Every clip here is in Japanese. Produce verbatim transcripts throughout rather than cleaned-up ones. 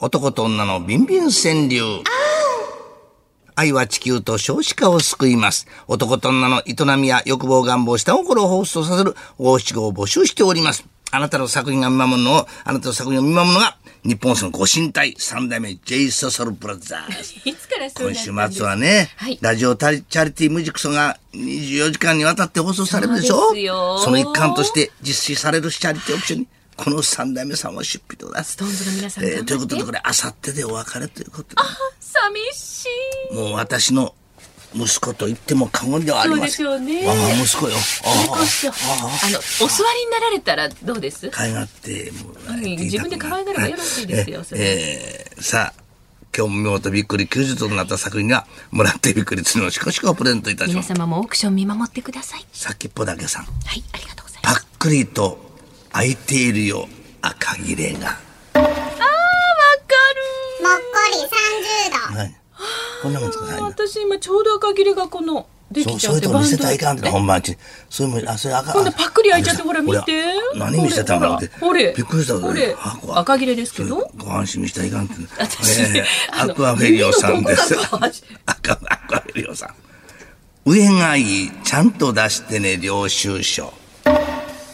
男と女のビンビン川柳。愛は地球と少子化を救います。男と女の営みや欲望願望下心を放出させる五七五を募集しております。あなたの作品が見守るのを、あなたの作品を見守るのが、日本そのご神体、三代目 J ソソルブラザーズ。 いつからそう今週末はね、はい、ラジオチャリティーミュージックソンがにじゅうよじかんにわたって放送されるでしょ。そうですよ。その一環として実施されるチャリティーオプションに、この三代目さんは出費となストーンズの皆さん、 えー、ということでこれあさってでお別れということで、 あ、寂しい。 もう私の息子と言っても過言ではありません。 そうですよね。 我が息子よ。 ああのお座りになられたらどうです？ 可愛がってもらえていた自分で可愛がればよろしいですよ。 はい、えー、さあ今日も見事びっくりきゅうじゅうとなった作品がもらってびっくりつのしこしこをプレゼントいたします。 皆様もオークション見守ってください。 先っぽだけさん、 はい、ありがとうございます。 パックリと開いているよ赤切れが。 あー、わかる。 もっこりさんじゅうど。 はい、こんなもんつかない。 私今ちょうど赤切れがこのできちゃって、 そういうとこ見せたらいかんって本番中。そういうもあそれ赤。 今度パックリ開いちゃってほら見て。 何見せたんだろうって。 ほれ。 びっくりしたほれ。赤切れですけど。 ご安心にしたらいかんって。 私、 えー、アクアフェリオさんです。アクアアクアフェリオさん。上がいいちゃんと出してね領収書。もっこりよんじゅう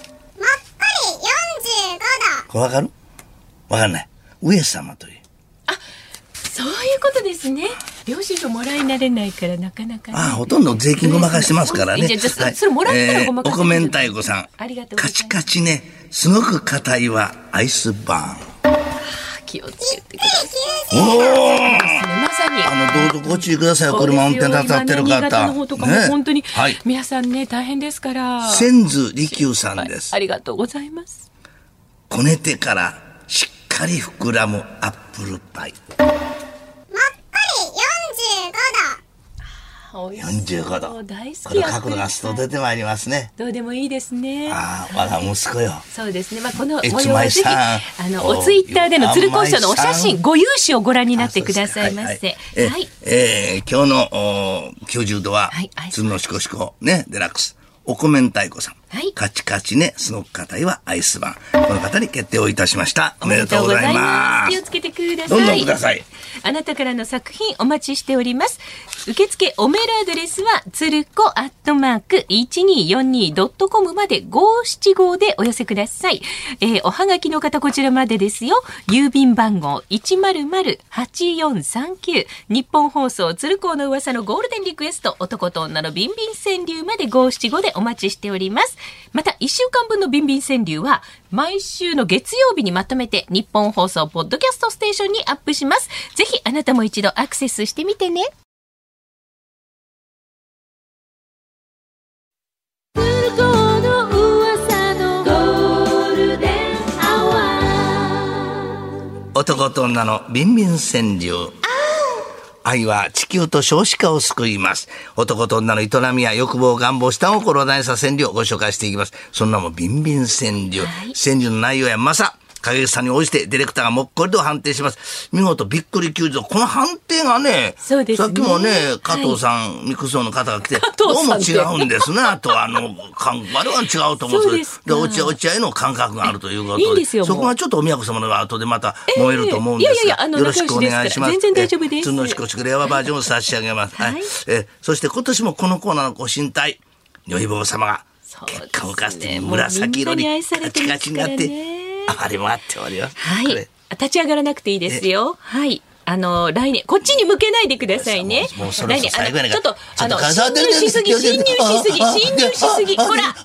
ごど。これわかる？わかんない。上様という。 あ、そういうことですね。領収書もらい慣れないからなかなか、ね、 ああ、ほとんど税金ごまかしてますからね。 じゃじゃ、はい、それもらったらごまかして、 えー、お米んたいこさん。 ありがとうございます。 カチカチね、すごく硬いはアイスバーン。 あー、気をつけてください。 おお、 まさにあのどうぞご注意ください。車運転なさってる方、 新潟の方とかも本当に、 ね、はい、 皆さんね大変ですから。 千津利休さんです、 はい、ありがとうございます。 こねてからしっかり膨らむアップルパイ。よんじゅうごど。 大好き。 これ角度がすっと出てまいりますね。 どうでもいいですね。 ああ、我が息子よ。 そうですね。まあこの模様はぜひあのおツイッターでの鶴光賞のお写真ご有志をご覧になってくださいませ。 はい。えー、今日のきゅうじゅうどは鶴のしこしこねデラックスお米ん太鼓さん。はい、カチカチねすごく硬いはアイスバーン。この方に決定をいたしました。おめでとうございます。 気をつけてください。 どんどんください。 あなたからの作品お待ちしております。受付おメールアドレスはつるこアットマーク いちにーよんにードットコム までごーななごでお寄せください。えー、おはがきの方こちらまでですよ。郵便番号 いちまるまるはちよんさんきゅう 日本放送鶴光の噂のゴールデンリクエスト男と女のビンビン川柳までごーななごでお待ちしております。またいっしゅうかんぶんのビンビン川柳は毎週の月曜日にまとめて日本放送ポッドキャストステーションにアップします。ぜひあなたも一度アクセスしてみてね。 男と女のビンビン川柳。愛は地球と少子化を救います。男と女の営みや欲望願望下心を大さ川柳をご紹介していきます。そんなもんビンビン川柳、はい、川柳の内容やまさ影さんに応じてディレクターがもっこりと判定します。見事びっくりきゅうじゅう。この判定が ね, そうですね、 さっきもね加藤さん、はい、ミクソンの方が来てどうも違うんですねとあのあれは違うと思うんですけど、で落合の感覚があるということで、いいんですよ、そこはちょっとお宮子様の後でまた燃えると思うんですが、えー、いやいやよろしくお願いします。 全然大丈夫です。 つんのしこしくレアバージョンを差し上げます、はいはい、えそして今年もこのコーナーのご神体如意棒様が結果を浮かせて紫色にカチカチになって暴れ回っております。 はい。立ち上がらなくていいですよ。はい。あの来年こっちに向けないでくださいね。 もうそろそろ最後やねんちょっとあの侵入しすぎ侵入しすぎ侵入しすぎほら。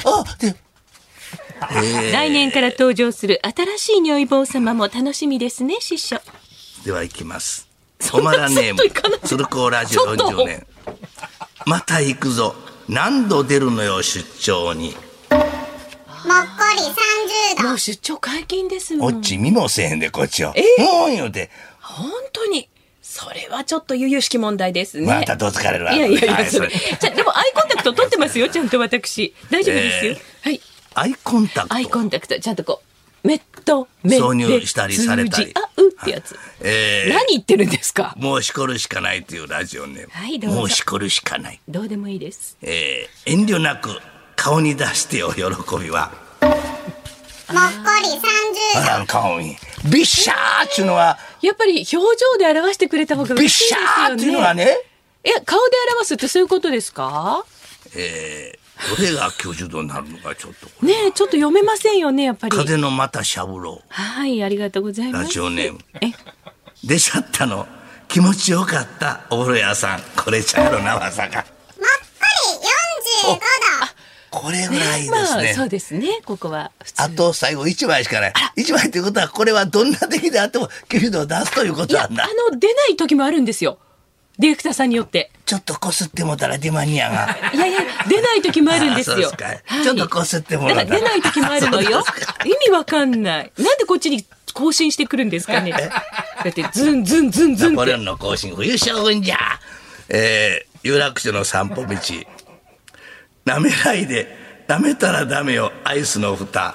来年から登場する新しい如意棒様も楽しみですね師匠。 では行きます。止まらねえ鶴光ラジオよんじゅうねん。また行くぞ。何度出るのよ出張に。 もっこりさんじゅうど。 もう出張解禁ですもん。 おっち見もせへんでこっちを。 えー、 もう言うて。 本当にそれはちょっと由々しき問題ですね。 またどつかれるわ。 いやいやいや、はい、それじゃでもアイコンタクト取ってますよちゃんと私大丈夫ですよ、えー、はい。 アイコンタクト。 アイコンタクトちゃんとこう目と目で挿入したりされたり。 あうってやつ、はい、 えー、 何言ってるんですか。 もうしこるしかないというラジオネーム。 はい、どうぞ。 もうしこるしかない。 どうでもいいです。 えー、遠慮なく顔に出してよ喜びは。 もっこりさんじゅうあら、顔に。ビッシャーっていうのは、 やっぱり表情で表してくれた方がビッ嬉しいシですよね。 ャーっていうのはね、 え、顔で表すってそういうことですか？ えー、どれがきゅうじゅうどになるのかちょっと。 ねえ、ちょっと読めませんよね、やっぱり。 風の又しゃぶろう。 はい、ありがとうございます。 ラジオネーム。 え、 出ちゃったの。気持ちよかった。お風呂屋さん。これちゃうやろな、まさか。 もっこりよんじゅうごど。 これぐらいですまあ、 ね。 そうですね。ここは普通。 あと最後いちまいしかない。いちまいということは、これはどんな出来であってもきゅうじゅうどを出すというこいや、あとなんだ。 の、出ない時もあるんですよ。ディレクターさんによって。 ちょっとこすってもたらディマニアが。 いやいや、出ない時もあるんですよ。 あそうですか。 はいちょっとこすってもらったら。 だから出ない時もあるのよ。意味わかんない。なんでこっちに更新してくるんですかね。だって、ズンズンズンズンってナポレオ。ンの行進冬将軍じゃ。えー、有楽町の散歩道。舐めないで、舐めたらダメよ、アイスの蓋。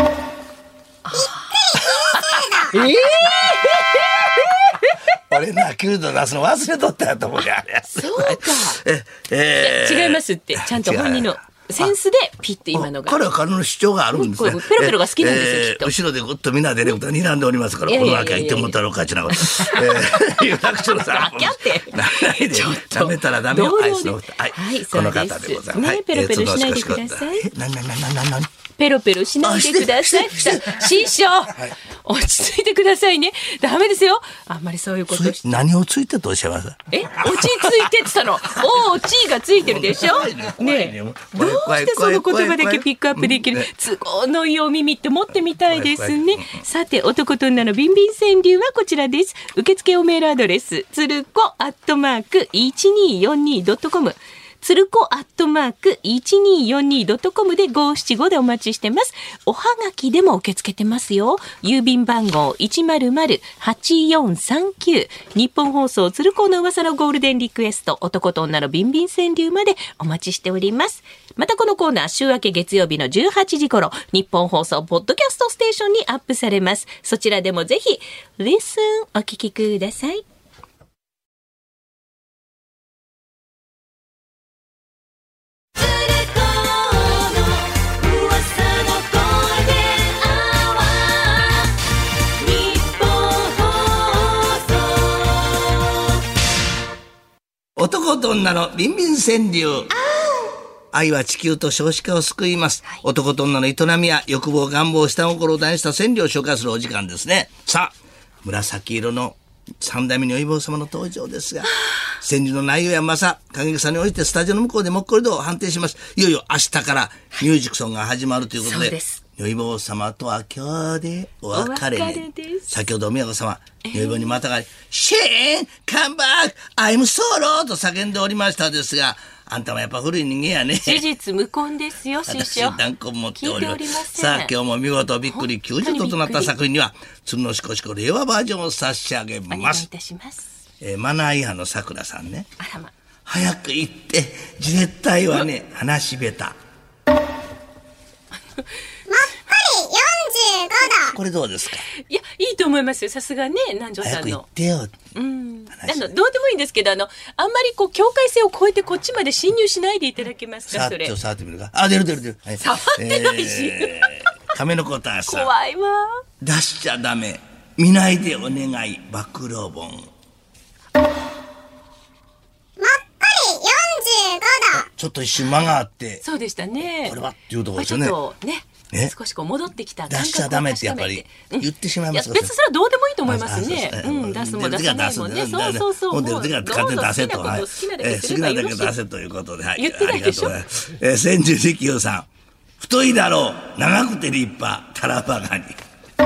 えー俺な、きゅうじゅうど出すの忘れとったやと思うや。 そうか。 え、えー違いますって、ちゃんと本人のセンスでピッて今のが。 彼は彼の主張があるんですね。 これペロペロが好きなんですよえーきっと後ろでぐっとみんなディレクター睨んでおりますから、このいやいやいやいやわけは言ってもったろうかちなこと。えー、有楽町のさん。 わきゃってならないで、 ちょっと舐めたらダメよ、 同僚でアイスの蓋。はい、 はいこのそうです方でございます。はいねペロペロしないでくださいえーちょっと少しえ、なになになになになにペロペロしないでください。 あしてして師匠、落ち着いてくださいね。ダメですよ。あんまりそういうことしつい何をついてとおっしゃいますえ、落ち着いてって言ったの。おー、ちがついてるでしょ。ねえ、どうしてその言葉だけピックアップできる都合のいいお耳って持ってみたいですね。さて、男と女のビンビン川柳はこちらです。受付おメールアドレス、つるこアットマーク いちにーよんにードットコム。つるこアットマーク いちにーよんにードットコム でごーななごでお待ちしてます。おはがきでも受け付けてますよ。郵便番号 いちまるまるはちよんさんきゅう。日本放送つるこの噂のゴールデンリクエスト、男と女のビンビン川柳までお待ちしております。またこのコーナー、週明け月曜日のじゅうはちじ頃、日本放送ポッドキャストステーションにアップされます。そちらでもぜひ、リスンお聞きください。 男と女のビンビン川柳。愛は地球と少子化を救います。男と女の営みや欲望、願望、下心を題した川柳を紹介するお時間ですね。さあ、紫色の三代目のお坊様の登場ですが、川柳の内容やまさ、影草においてスタジオの向こうでもっこりと判定します。いよいよ明日からミュージックソンが始まるということで、 そうです。 如意棒様とは今日でお別れに。 お別れです。 先ほど宮子様、如意棒にまたがり、シェーンカムバックアイムソローと叫んでおりましたですが、あんたもやっぱ古い人間やね。 事実無根ですよ、師私匠。 断固持っております。 聞いておりません。 さあ、今日も見事びっくりきゅうじゅうどとなった作品には、鶴のしこしこ令和バージョンを差し上げお願ます。 いいたします。 えーマナー違反のさくらさんね。 あらま。 早く行って、じれったいはね、話し下手。 もっこりよんじゅうごど。 これどうですか？ いや、いいと思いますよ。さすがね、南條さ早く行んのっ。てよ。 うん。あ話の、どうでもいいんですけど、あの、あんまりこう、境界線を越えてこっちまで侵入しないでいただけますか、それさあちょっと。触ってみるか。あ、出る出る出る。はい触ってないしえー亀の子たさん。 怖いわ。 出しちゃダメ。見ないでお願い。暴露本。 もっこりよんじゅうごど。 ちょっと一瞬間があって、 そうでしたね。 これはっていうところですよねまあちょっとね。 ね少しこう戻ってきた出しちゃダメってやっぱり言ってしまいますいや別にそれはどうでもいいと思いますね。 あそうそううん、出すも出さないもね。 出すそうそうそう。 もう出る時は勝手に出せと。 どうぞ好きなこと好きなだけす好きればよろしいなだけ出せということで。はい。 言ってないでしょありがとうございますえー千住力夫さん。太いだろう。長くて立派。タラバガニ。 もっこりよんじゅ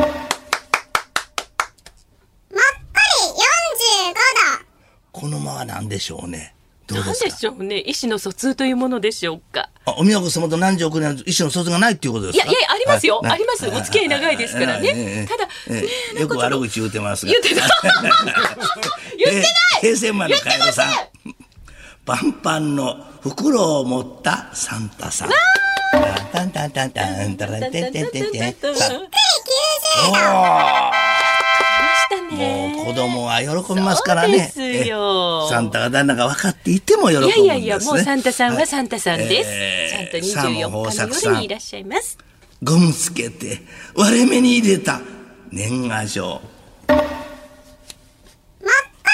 うごど。 この間は何でしょうね。どうなんですか？ でしょうね。意思の疎通というものでしょうか。 あ、お宮子様と南條君には意思の疎通がないっていうことですか？ いやいやありますよはいありますお付き合い長いですからねええただええねえよく悪口言うてますが。 言ってない言ってないえー平成マンのカエルさん。パンパンの袋を持ったサンタさん。タンタンタンタンタランテンテンテンテン。さおましたーね。 もう子供は喜びますからね。 そうですよえサンタが誰だか分かっていても喜ぶんいですね。 やいやいやもうサンタさんはサンタさんです、 えーちゃんとにじゅうよっかの夜にいらっしゃいます。 ゴムつけて割れ目に入れた年賀状。 もっこりよんじゅう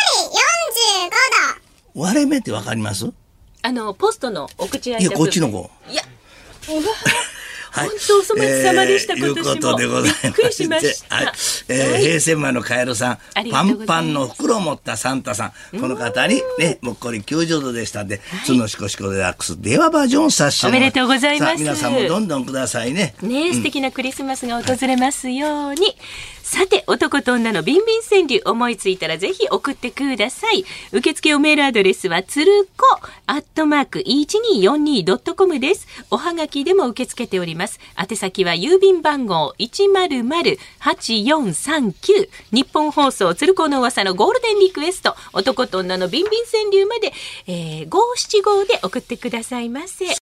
ごど。 割れ目ってわかります？ あのポストのお口開いたいや、こっちの子。 いや、うわはい、本当お粗末様でした、えー、今年も。いうことでございまして、びっくりしました。 はい、えーはい、平成生まれのカエルさん、パンパンの袋を持ったサンタさん、この方にね、もっこりきゅうじゅうどでしたんで、つのしこしこデラックス、電話バージョン冊子。 おめでとうございます。 皆さんもどんどんくださいね。 ね、うん、素敵なクリスマスが訪れますように。はい、さて、男と女のビンビン川柳、思いついたらぜひ送ってください。受付おメールアドレスは、つるこ、アットマーク、いちにーよんにードットコム です。おはがきでも受け付けております。宛先は郵便番号 いちまるまるはちよんさんきゅう。日本放送、つるこの噂のゴールデンリクエスト、男と女のビンビン川柳まで、えー、ごーしちごーで送ってくださいませ。